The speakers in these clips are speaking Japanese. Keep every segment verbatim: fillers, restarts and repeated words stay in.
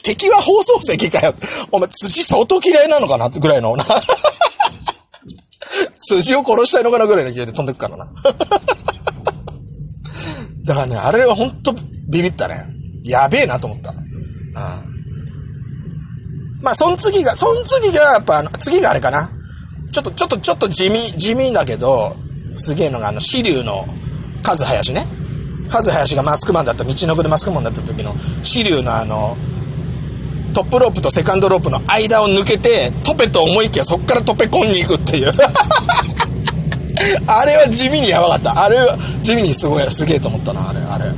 敵は放送席かよ。お前、辻相当嫌いなのかなってぐらいの。辻を殺したいのかなぐらいの勢いで飛んでくからな。だからね、あれはほんとビビったね。やべえなと思った。うん。まあ、その次が、その次が、やっぱあの、次があれかな。ちょっと、ちょっと、ちょっと地味、地味だけど、すげえのがあの、支流の、カズハヤシね。カズハヤシがマスクマンだった、道のくでマスクマンだった時の、支流のあの、トップロープとセカンドロープの間を抜けて、トペと思いきやそっからトペコンに行くっていう。あれは地味にやばかった。あれは地味にすごい、すげえと思ったな、あれ、あれ。うん。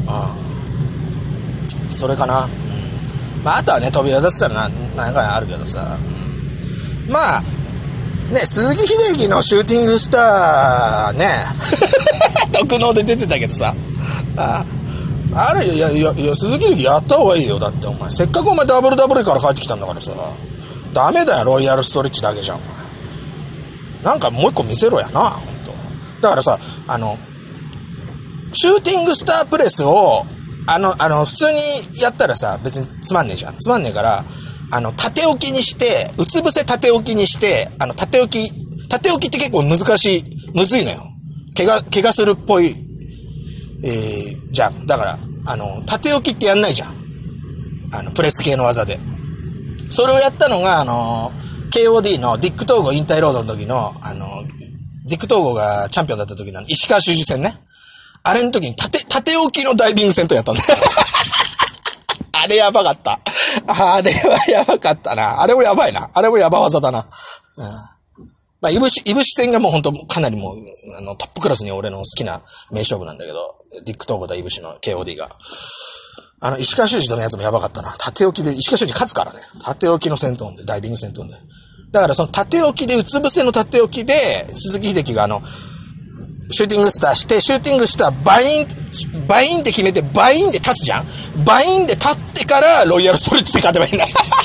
それかな。うん。まあ、あとはね、飛び技って言ったらな、なんかあるけどさ。うん、まあ、ね、鈴木秀樹のシューティングスター、ね。特納で出てたけどさ。ああれ、いや、いや、いや、鈴木秀樹やった方がいいよ。だってお前、せっかくお前ダブルダブルから帰ってきたんだからさ。ダメだよ、ロイヤルストレッチだけじゃん、お前。なんかもう一個見せろやな、ほんと。だからさ、あの、シューティングスタープレスを、あの、あの、普通にやったらさ、別につまんねえじゃん。つまんねえから、あの、縦置きにして、うつ伏せ縦置きにして、あの、縦置き、縦置きって結構難しい、むずいのよ。怪我、怪我するっぽい、えー、じゃん。だから、あの、縦置きってやんないじゃん。あの、プレス系の技で。それをやったのが、あの、ケーオーディー のディック・トーゴ引退ロードの時の、あの、ディック・トーゴがチャンピオンだった時の石川修司戦ね。あれの時に縦、縦置きのダイビング戦闘やったんだよ。あれやばかった。あれはやばかったな。あれもやばいな。あれもやば技だな。うん、まあ、いぶし、いぶし戦がもうほんとかなりもう、あの、トップクラスに俺の好きな名勝負なんだけど、ディック・トーゴといぶしの ケーオーディー が。あの、石川修司とのやつもやばかったな。縦置きで、石川修司勝つからね。縦置きの戦闘で、ダイビング戦闘で。だからその縦置きで、うつ伏せの縦置きで、鈴木秀樹があの、シューティングスターして、シューティングスター、バイン、バインって決めて、バインで立つじゃん。バインで立ってから、ロイヤルストレッチで勝てばいいんだ。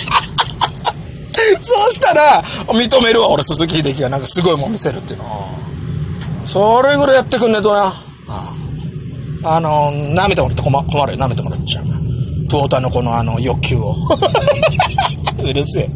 そうしたら、認めるわ、俺、鈴木秀樹がなんかすごいもん見せるっていうの。それぐらいやってくんねえとな。あの、舐めてもらって困るよ、舐めてもらっちゃう。プオタのこのあの欲求を。うるせえ。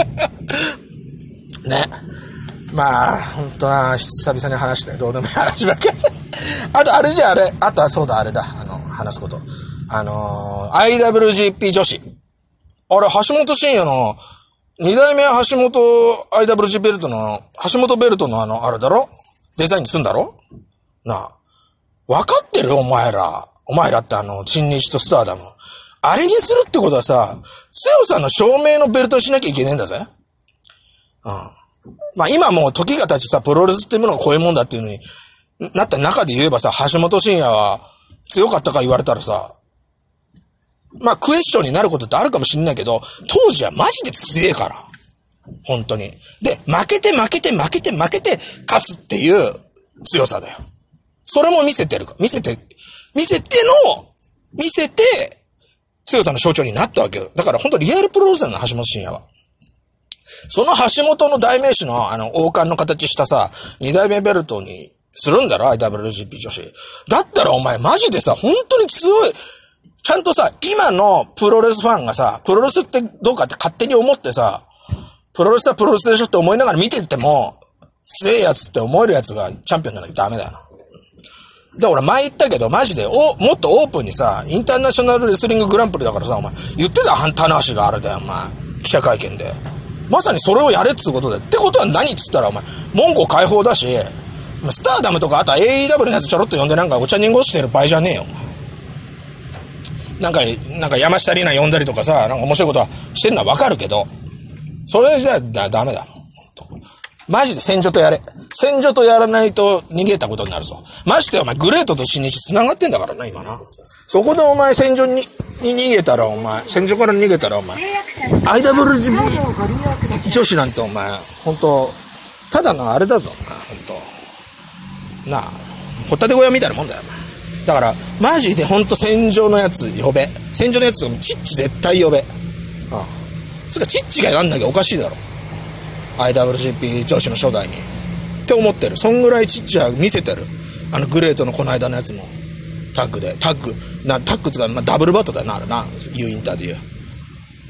ね。まあ、ほんとな、久々に話して、どうでもいい話ばっかり。あと、あれじゃあれ、あとはそうだ、あれだ、あの、話すこと。あのー、アイダブリュージーピー 女子。あれ、橋本真也の、二代目橋本 アイダブリュージー ベルトの、橋本ベルトのあの、あれだろ？デザインにすんだろ？なあ。わかってる？お前ら。お前らってあの、新日とスターダム。あれにするってことはさ、強さの証明のベルトにしなきゃいけねえんだぜ。うん。まあ今もう時が経ちさ、プロレスっていうものがこういうもんだっていうのになった中で言えばさ、橋本真也は強かったか言われたらさ、まあクエスチョンになることってあるかもしんないけど、当時はマジで強えから。本当に。で、負けて負けて負けて負けて勝つっていう強さだよ。それも見せてるか。見せて、見せての、見せて強さの象徴になったわけよ。だから本当リアルプロレスラーの橋本真也は。その橋本の代名詞のあの王冠の形したさ、二代目ベルトにするんだろ アイダブリュージーピー 女子。だったらお前マジでさ、本当に強い、ちゃんとさ、今のプロレスファンがさ、プロレスってどうかって勝手に思ってさ、プロレスはプロレスでしょって思いながら見てても、強いやつって思えるやつがチャンピオンにならなきゃダメだよな。だから前言ったけど、マジで、お、もっとオープンにさ、インターナショナルレスリンググランプリだからさ、お前、言ってた棚橋があれだよ、お前。記者会見で。まさにそれをやれっつうことで。ってことは何っつったら、お前、門戸開放だし、スターダムとか、あとは エーイーダブリュー のやつちょろっと呼んでなんかお茶濁してる場合じゃねえよ、お前。なんか、なんか山下里奈呼んだりとかさ、なんか面白いことはしてるのはわかるけど、それじゃだダメだ。マジで戦場とやれ。戦場とやらないと逃げたことになるぞ。ましてお前グレートと新日繋がってんだからな、今な。そこでお前戦場に、に逃げたらお前、戦場から逃げたらお前、アイダブリュージーピー 女子なんてお前、ほんと、ただのあれだぞ、ほんと。なあ、ホタテ小屋みたいなもんだよ、お前。だから、マジでほんと戦場のやつ呼べ。戦場のやつとかもチッチ絶対呼べ。ああ。つか、チッチがやんなきゃおかしいだろ。アイダブリュージーピー 女子の初代に。って思ってる。そんぐらいチッチは見せてる。あのグレートのこの間のやつも。タッグで。タッグ。な、タッグつか、まあ、ダブルバットだよな、あれな。U インターで言う。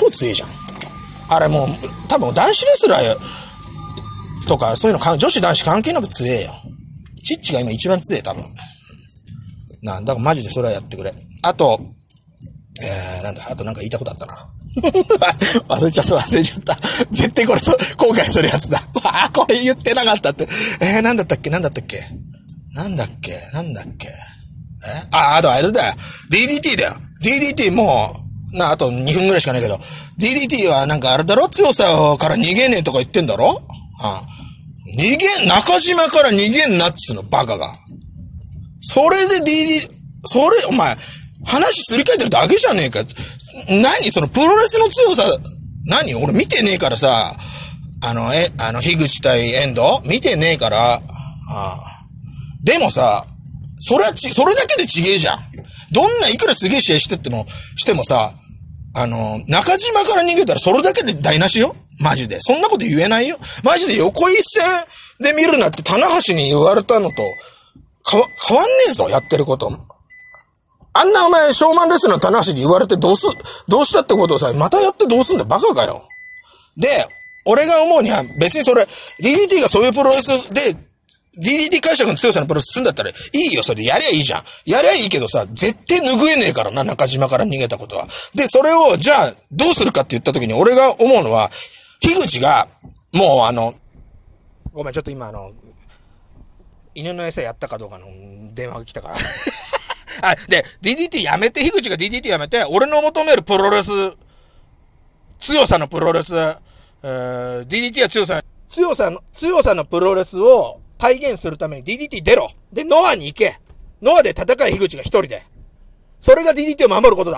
超強いじゃん。あれもう、多分男子レスラーとか、そういうのか、女子男子関係なく強えよ。チッチが今一番強え、多分。なんだかマジでそれはやってくれ。あと、えー、なんだ、あとなんか言いたことあったな。忘れちゃった、忘れちゃった。絶対これそ、後悔するやつだ。あ、これ言ってなかったって。えー、なんだったっけなんだったっけなんだっけなんだっけえあ、あとあれだよ。ディーディーティー だよ。ディーディーティー もう、な、あとにふんぐらいしかないけど、ディーディーティー はなんかあれだろ強さから逃げねえとか言ってんだろああ逃げ、中島から逃げんなっつうの、バカが。それで ディーディー、それ、お前、話すり替えてるだけじゃねえか。何そのプロレスの強さ、何俺見てねえからさ、あの、え、あの、樋口対遠藤見てねえから、ああでもさ、それはち、それだけでちげえじゃん。どんないくらすげえ試合してっても、してもさ、あの、中島から逃げたらそれだけで台無しよマジで。そんなこと言えないよ。マジで横一線で見るなって棚橋に言われたのと、かわ、変わんねえぞ、やってること。あんなお前、ショーマンレスラーの棚橋に言われてどうす、どうしたってことをさ、またやってどうすんだよ、バカかよ。で、俺が思うには、別にそれ、ディーディーティー がそういうプロレスで、ディーディーティー 解釈の強さのプロレスすんだったら、いいよ、それでやりゃいいじゃん。やりゃいいけどさ、絶対拭えねえからな、中島から逃げたことは。で、それを、じゃあ、どうするかって言った時に、俺が思うのは、樋口が、もうあの、ごめん、ちょっと今あの、犬の餌やったかどうかの電話が来たから。あ、で、ディーディーティー やめて、樋口が ディーディーティー やめて、俺の求めるプロレス、強さのプロレス、えー、ディーディーティー は強さ、強さの、強さのプロレスを体現するために ディーディーティー 出ろ。で、ノアに行け。ノアで戦い、樋口が一人で。それが ディーディーティー を守ることだ。